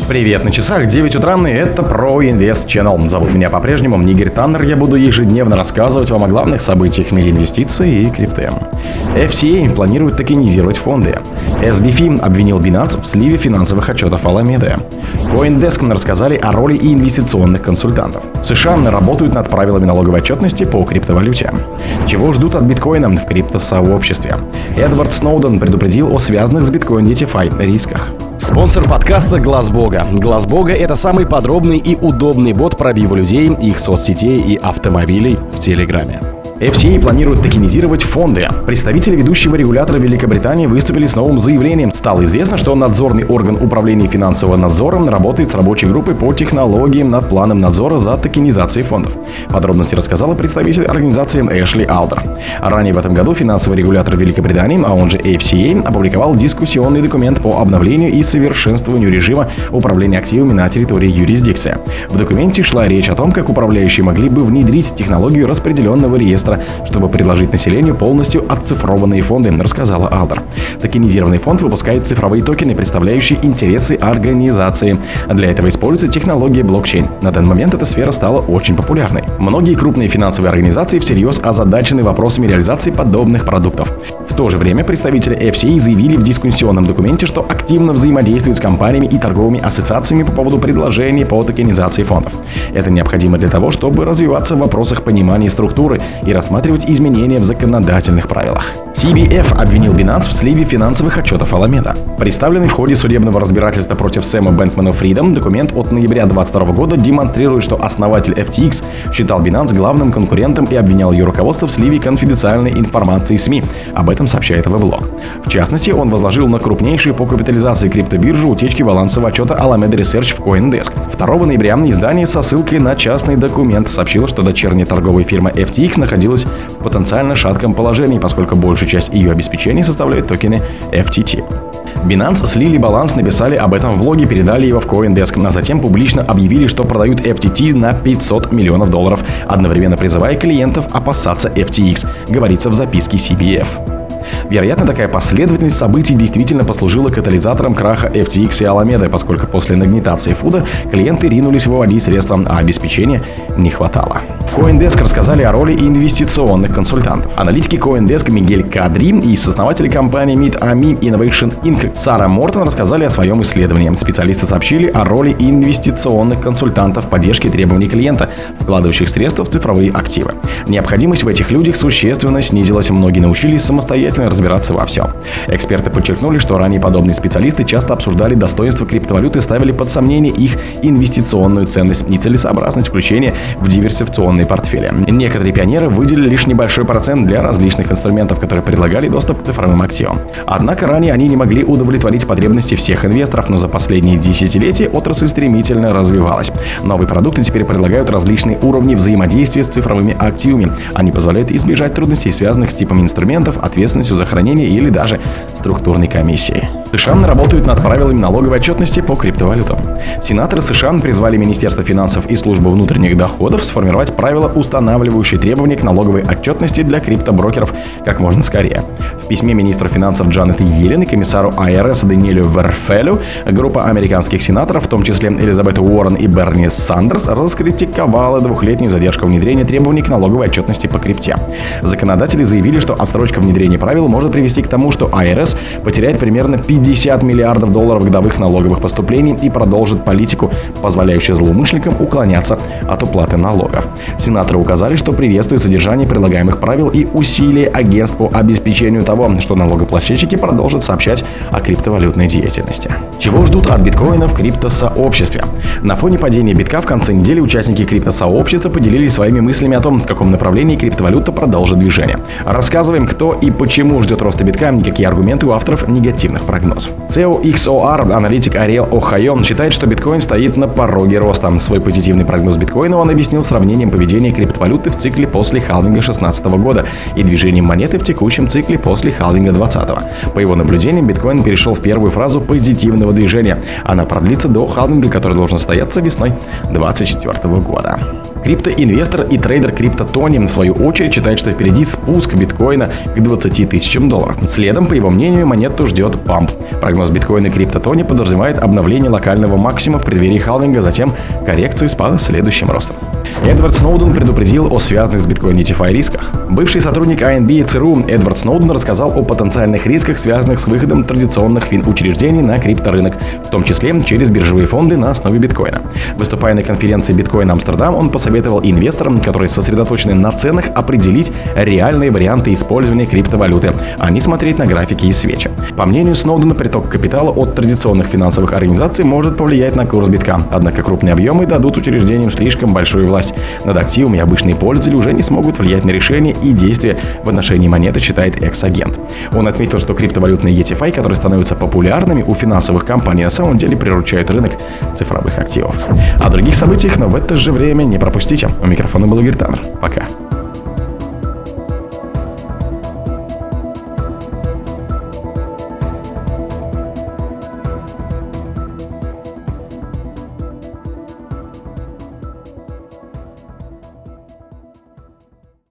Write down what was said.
Привет, на часах 9 утра, и это ProInvest Channel. Зовут меня по-прежнему Игорь Таннер. Я буду ежедневно рассказывать вам о главных событиях в мире инвестиций и крипты. FCA планирует токенизировать фонды. SBF обвинил Binance в сливе финансовых отчетов Alameda. CoinDesk рассказали о роли и инвестиционных консультантов. США работают над правилами налоговой отчетности по криптовалюте. Чего ждут от биткоина в криптосообществе? Эдвард Сноуден предупредил о связанных с биткоин DeFi рисках. Спонсор подкаста Глаз Бога. Глаз Бога — это самый подробный и удобный бот пробива людей, их соцсетей и автомобилей в Телеграме. FCA планирует токенизировать фонды. Представители ведущего регулятора Великобритании выступили с новым заявлением. Стало известно, что надзорный орган управления финансовым надзором работает с рабочей группой по технологиям над планом надзора за токенизацией фондов. Подробности рассказала представитель организации Эшли Алдер. Ранее в этом году финансовый регулятор Великобритании, а он же FCA, опубликовал дискуссионный документ по обновлению и совершенствованию режима управления активами на территории юрисдикции. В документе шла речь о том, как управляющие могли бы внедрить технологию распределенного реестра, чтобы предложить населению полностью оцифрованные фонды, рассказала Алдер. Токенизированный фонд выпускает цифровые токены, представляющие интересы организации. Для этого используется технология блокчейн. На данный момент эта сфера стала очень популярной. Многие крупные финансовые организации всерьез озадачены вопросами реализации подобных продуктов. В то же время представители FCA заявили в дискуссионном документе, что активно взаимодействуют с компаниями и торговыми ассоциациями по поводу предложений по токенизации фондов. Это необходимо для того, чтобы развиваться в вопросах понимания структуры и рассматривать изменения в законодательных правилах. CBF обвинил Binance в сливе финансовых отчетов Alameda. Представленный в ходе судебного разбирательства против Сэма Бэнкмана-Фрида документ от ноября 2022 года демонстрирует, что основатель FTX считал Binance главным конкурентом и обвинял ее руководство в сливе конфиденциальной информации СМИ. Об этом сообщает Веблог. В частности, он возложил на крупнейшую по капитализации криптобиржу утечки балансового отчета Alameda Research в CoinDesk. 2 ноября издание со ссылкой на частный документ сообщило, что дочерняя торговая фирма FTX находилась в потенциально шатком положении, поскольку большую часть ее обеспечения составляют токены FTT. Binance слили баланс, написали об этом в блоге, передали его в CoinDesk, а затем публично объявили, что продают FTT на $500 миллионов, одновременно призывая клиентов опасаться FTX, говорится в записке CBF. Вероятно, такая последовательность событий действительно послужила катализатором краха FTX и Alameda, поскольку после нагнетации фуда клиенты ринулись выводить средства, а обеспечения не хватало. В CoinDesk рассказали о роли инвестиционных консультантов. Аналитики CoinDesk Мигель Кадри и сооснователи компании Meet-A-Me Innovation Inc. Сара Мортон рассказали о своем исследовании. Специалисты сообщили о роли инвестиционных консультантов в поддержке требований клиента, вкладывающих средства в цифровые активы. Необходимость в этих людях существенно снизилась, многие научились самостоятельно разбираться во всем. Эксперты подчеркнули, что ранее подобные специалисты часто обсуждали достоинства криптовалюты и ставили под сомнение их инвестиционную ценность и целесообразность включения в диверсификационные портфели. Некоторые пионеры выделили лишь небольшой процент для различных инструментов, которые предлагали доступ к цифровым активам. Однако ранее они не могли удовлетворить потребности всех инвесторов, но за последние десятилетия отрасль стремительно развивалась. Новые продукты теперь предлагают различные уровни взаимодействия с цифровыми активами. Они позволяют избежать трудностей, связанных с типом инструментов, ответственностью за хранение или даже структурной комиссией. США работают над правилами налоговой отчетности по криптовалютам. Сенаторы США призвали Министерство финансов и Службу внутренних доходов сформировать правила, устанавливающие требования к налоговой отчетности для криптоброкеров как можно скорее. В письме министру финансов Джанет Йеллен и комиссару IRS Даниэлю Верфелю группа американских сенаторов, в том числе Элизабет Уоррен и Берни Сандерс, раскритиковала двухлетнюю задержку внедрения требований к налоговой отчетности по крипте. Законодатели заявили, что отсрочка внедрения правил может привести к тому, что IRS потеряет примерно $50 миллиардов годовых налоговых поступлений и продолжит политику, позволяющую злоумышленникам уклоняться от уплаты налогов. Сенаторы указали, что приветствуют содержание предлагаемых правил и усилия агентств по обеспечению того, что налогоплательщики продолжат сообщать о криптовалютной деятельности. Чего ждут от биткоина в криптосообществе? На фоне падения битка в конце недели участники криптосообщества поделились своими мыслями о том, в каком направлении криптовалюта продолжит движение. Рассказываем, кто и почему ждет роста битка, и какие аргументы у авторов негативных прогнозов. CEO XOR, аналитик Ариэл О'Хайо, считает, что биткоин стоит на пороге роста. Свой позитивный прогноз биткоина он объяснил сравнением поведения криптовалюты в цикле после халвинга 2016 года и движением монеты в текущем цикле после халвинга 2020. По его наблюдениям, биткоин перешел в первую фазу позитивного движения. Она продлится до халвинга, который должен состояться весной 2024 года. Криптоинвестор и трейдер CryptoTony в свою очередь считает, что впереди спуск биткоина к 20 тысячам долларов. Следом, по его мнению, монету ждет памп. Прогноз биткоина CryptoTony подразумевает обновление локального максимума в преддверии халвинга, затем коррекцию с последующим ростом. Эдвард Сноуден предупредил о связанных с биткоин DeFi рисках. Бывший сотрудник АНБ и ЦРУ Эдвард Сноуден рассказал о потенциальных рисках, связанных с выходом традиционных финучреждений на крипторынок, в том числе через биржевые фонды на основе биткоина. Выступая на конференции Bitcoin Амстердам, он посоветовал инвесторам, которые сосредоточены на ценах, определить реальные варианты использования криптовалюты, а не смотреть на графики и свечи. По мнению Сноудена, приток капитала от традиционных финансовых организаций может повлиять на курс битка, однако крупные объемы дадут учреждениям слишком большую власть над активами, и обычные пользователи уже не смогут влиять на решения и действия в отношении монеты, считает экс-агент. Он отметил, что криптовалютные ETFI, которые становятся популярными у финансовых компаний, на самом деле приручают рынок цифровых активов. О других событиях, но в это же время не пропустите. У микрофона был Игорь Таннер. Пока.